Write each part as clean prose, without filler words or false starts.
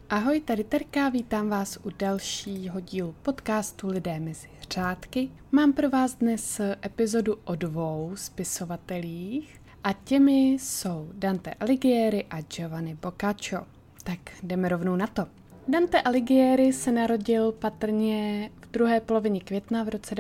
Ahoj, tady Terka, vítám vás u dalšího dílu podcastu Lidé mezi řádky. Mám pro vás dnes epizodu o 2 spisovatelích a těmi jsou Dante Alighieri a Giovanni Boccaccio. Tak jdeme rovnou na to. Dante Alighieri se narodil patrně v druhé polovině května v roce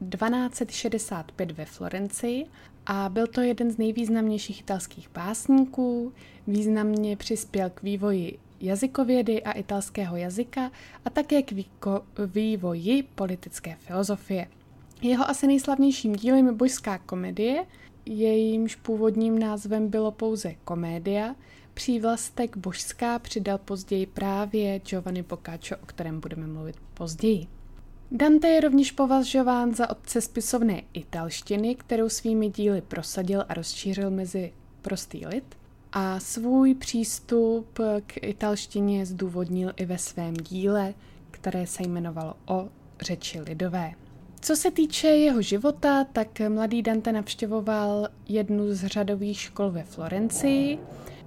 1265 ve Florencii a byl to jeden z nejvýznamnějších italských básníků, významně přispěl k vývoji jazykovědy a italského jazyka a také k vývoji politické filozofie. Jeho asi nejslavnějším dílem je Božská komedie, jejímž původním názvem bylo pouze Komédia. Přívlastek božská přidal později právě Giovanni Boccaccio, o kterém budeme mluvit později. Dante je rovněž považován za otce spisovné italštiny, kterou svými díly prosadil a rozšířil mezi prostý lid. A svůj přístup k italštině zdůvodnil i ve svém díle, které se jmenovalo O řeči lidové. Co se týče jeho života, tak mladý Dante navštěvoval jednu z řadových škol ve Florencii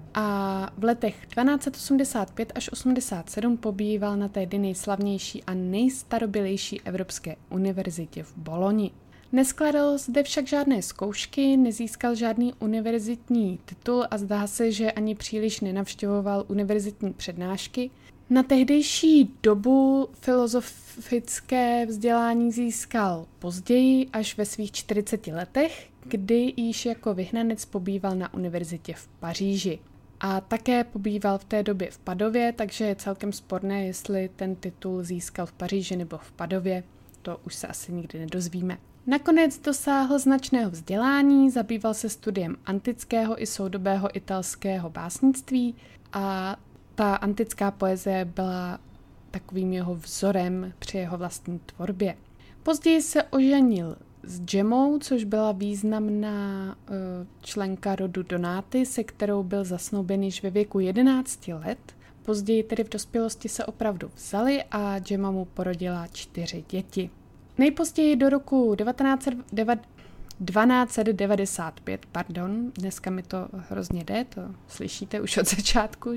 a v letech 1285 až 87 pobýval na té nejslavnější a nejstarobilejší evropské univerzitě v Boloni. Neskládal zde však žádné zkoušky, nezískal žádný univerzitní titul a zdá se, že ani příliš nenavštěvoval univerzitní přednášky. Na tehdejší dobu filozofické vzdělání získal později, až ve svých 40 letech, kdy již jako vyhnanec pobýval na univerzitě v Paříži. A také pobýval v té době v Padově, takže je celkem sporné, jestli ten titul získal v Paříži nebo v Padově. To už se asi nikdy nedozvíme. Nakonec dosáhl značného vzdělání, zabýval se studiem antického i soudobého italského básnictví a ta antická poezie byla takovým jeho vzorem při jeho vlastní tvorbě. Později se oženil s Gemmou, což byla významná členka rodu Donati, se kterou byl zasnouben již ve věku 11 let. Později tedy v dospělosti se opravdu vzali a Gemma mu porodila 4 děti. Nejpozději do roku 1295, dneska mi to hrozně jde, to slyšíte už od začátku,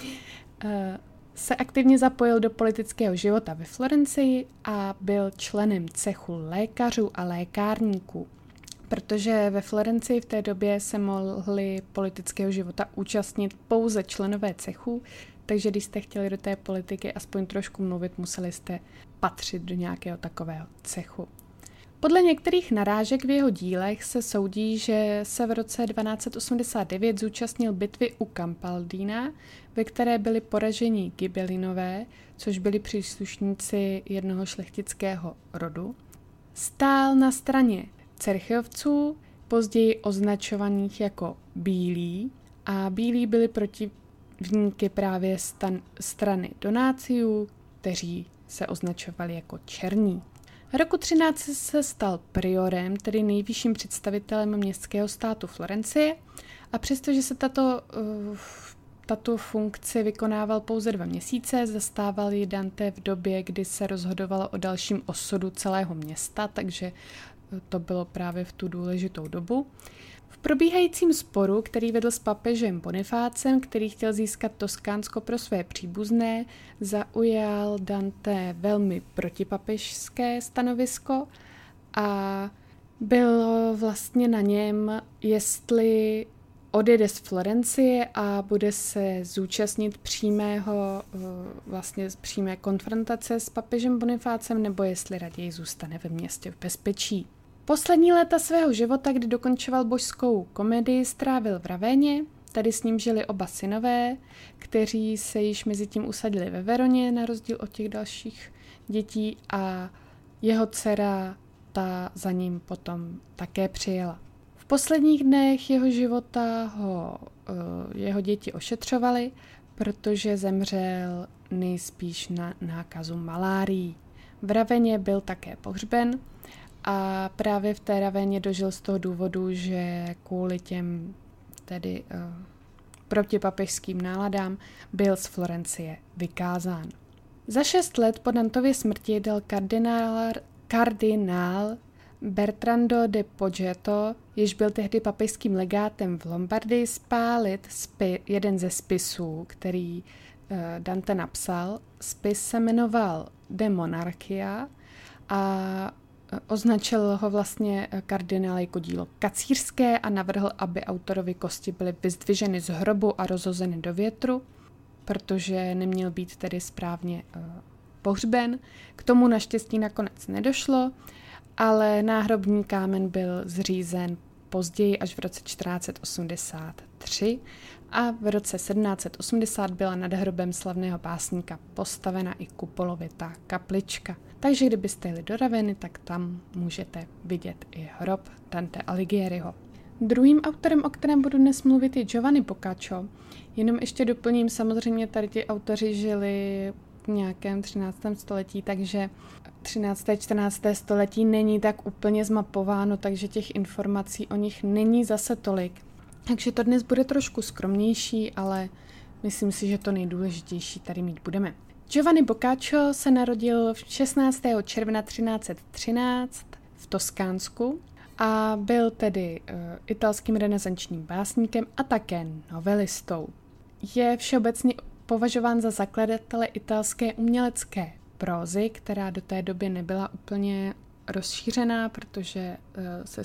se aktivně zapojil do politického života ve Florencii a byl členem cechu lékařů a lékárníků, protože ve Florencii v té době se mohli politického života účastnit pouze členové cechu, takže když jste chtěli do té politiky aspoň trošku mluvit, museli jste patřit do nějakého takového cechu. Podle některých narážek v jeho dílech se soudí, že se v roce 1289 zúčastnil bitvy u Campaldina, ve které byli poraženi Ghibellinové, což byli příslušníci jednoho šlechtického rodu. Stál na straně Cerchovců, později označovaných jako bílí, a bílí byli protivníky právě strany Donáciů, kteří se označovali jako černí. Roku 13 se stal priorem, tedy nejvyšším představitelem městského státu Florencie, a přestože se tato funkci vykonával pouze 2 měsíce, zastával ji Dante v době, kdy se rozhodovalo o dalším osudu celého města, takže to bylo právě v tu důležitou dobu. V probíhajícím sporu, který vedl s papežem Bonifácem, který chtěl získat Toskánsko pro své příbuzné, zaujal Dante velmi protipapežské stanovisko a bylo vlastně na něm, jestli odjede z Florencie a bude se zúčastnit přímé konfrontace s papežem Bonifácem, nebo jestli raději zůstane ve městě v bezpečí. Poslední léta svého života, kdy dokončoval Božskou komedii, strávil v Ravéně, tady s ním žili oba synové, kteří se již mezi tím usadili ve Veroně, na rozdíl od těch dalších dětí, a jeho dcera ta za ním potom také přijela. V posledních dnech jeho života jeho děti ošetřovaly, protože zemřel nejspíš na nákazu malárií. V Raveně byl také pohřben a právě v té Raveně dožil z toho důvodu, že kvůli těm tedy protipapežským náladám byl z Florencie vykázán. Za 6 let po Dantově smrti dal kardinál Bertrando de Poggetto, jež byl tehdy papežským legátem v Lombardii, spálit jeden ze spisů, který Dante napsal. Spis se jmenoval De Monarchia a označil ho vlastně kardinál jako dílo kacířské a navrhl, aby autorovi kosti byly vyzdviženy z hrobu a rozhozeny do větru, protože neměl být tedy správně pohřben. K tomu naštěstí nakonec nedošlo, ale náhrobní kámen byl zřízen později až v roce 1483 a v roce 1780 byla nad hrobem slavného básníka postavena i kupolovitá kaplička. Takže kdybyste jeli do Ravenny, tak tam můžete vidět i hrob Dante Alighieriho. Druhým autorem, o kterém budu dnes mluvit, je Giovanni Boccaccio. Jenom ještě doplním, samozřejmě tady ti autoři žili v nějakém 13. století, takže 13. 14. století není tak úplně zmapováno, takže těch informací o nich není zase tolik. Takže to dnes bude trošku skromnější, ale myslím si, že to nejdůležitější tady mít budeme. Giovanni Boccaccio se narodil 16. června 1313 v Toskánsku a byl tedy italským renesančním básníkem a také novelistou. Je všeobecně považován za zakladatele italské umělecké prózy, která do té doby nebyla úplně rozšířená, protože se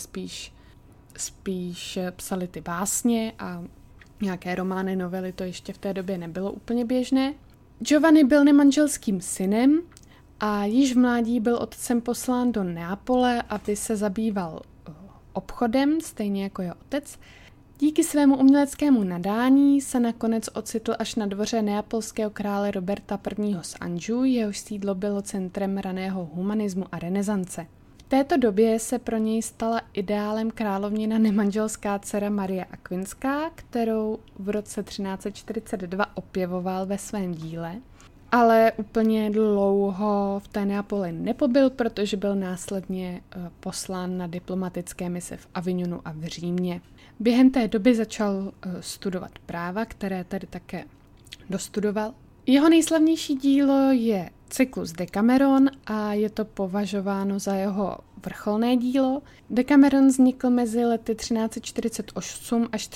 spíš psaly ty básně a nějaké romány, novely, to ještě v té době nebylo úplně běžné. Giovanni byl nemanželským synem a již v mládí byl otcem poslán do Neapole, aby se zabýval obchodem, stejně jako jeho otec. Díky svému uměleckému nadání se nakonec ocitl až na dvoře neapolského krále Roberta I. z Anjou, jehož sídlo bylo centrem raného humanismu a renesance. V této době se pro něj stala ideálem královnina nemanželská dcera Marie Aquinská, kterou v roce 1342 opěvoval ve svém díle, ale úplně dlouho v té Neapoli nepobyl, protože byl následně poslán na diplomatické mise v Avignonu a v Římě. Během té doby začal studovat práva, které tedy také dostudoval. Jeho nejslavnější dílo je cyklus Decameron a je to považováno za jeho vrcholné dílo. Decameron vznikl mezi lety 1348 až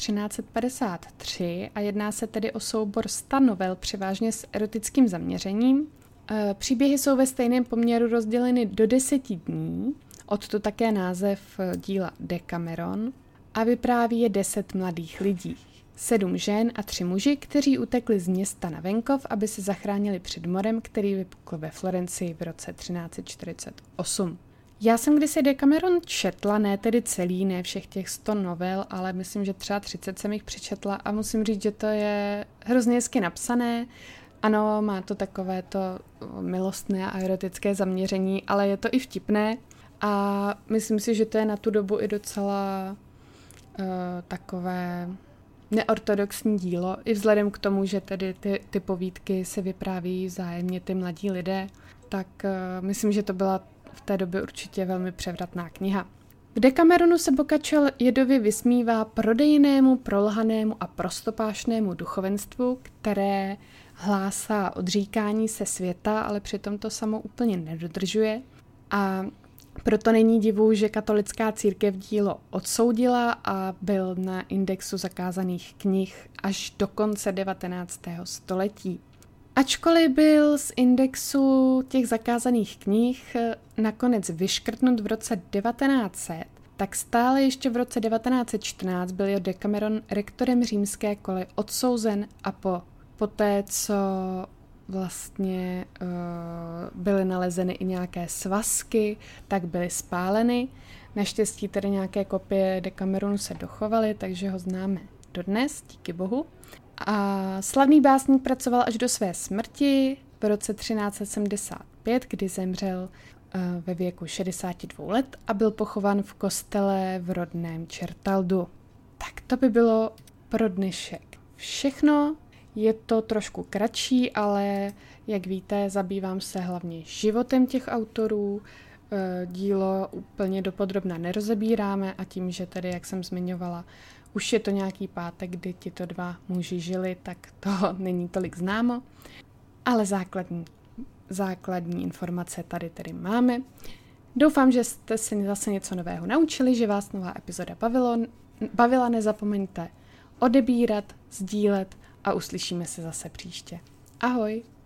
1353 a jedná se tedy o soubor 100 novel, převážně s erotickým zaměřením. Příběhy jsou ve stejném poměru rozděleny do 10 dní, odtud také název díla Decameron, a vypráví je 10 mladých lidí. 7 žen a 3 muži, kteří utekli z města na venkov, aby se zachránili před morem, který vypukl ve Florencii v roce 1348. Já jsem kdysi Decameron četla, ne tedy celý, ne všech těch 100 novel, ale myslím, že třeba 30 jsem jich přečetla a musím říct, že to je hrozně hezky napsané. Ano, má to takové to milostné a erotické zaměření, ale je to i vtipné a myslím si, že to je na tu dobu i docela takové neortodoxní dílo, i vzhledem k tomu, že tedy ty povídky se vypráví vzájemně ty mladí lidé, tak myslím, že to byla v té době určitě velmi převratná kniha. V Decameronu se Boccaccio jedově vysmívá prodejnému, prolhanému a prostopášnému duchovenstvu, které hlásá odříkání se světa, ale přitom to samo úplně nedodržuje. A proto není divu, že katolická církev dílo odsoudila a byl na indexu zakázaných knih až do konce 19. století. Ačkoliv byl z indexu těch zakázaných knih nakonec vyškrtnut v roce 1900, tak stále ještě v roce 1914 byl Decameron rektorem římské koleje odsouzen a po té, co vlastně byly nalezeny i nějaké svazky, tak byly spáleny. Naštěstí tedy nějaké kopie Decameronu se dochovaly, takže ho známe dodnes, díky bohu. A slavný básník pracoval až do své smrti v roce 1375, kdy zemřel ve věku 62 let a byl pochován v kostele v rodném Certaldu. Tak to by bylo pro dnešek všechno. Je to trošku kratší, ale jak víte, zabývám se hlavně životem těch autorů. Dílo úplně dopodrobna nerozebíráme a tím, že tedy, jak jsem zmiňovala, už je to nějaký pátek, kdy tito dva muži žili, tak toho není tolik známo. Ale základní informace tady tedy máme. Doufám, že jste si zase něco nového naučili, že vás nová epizoda bavila. Nezapomeňte odebírat, sdílet a uslyšíme se zase příště. Ahoj!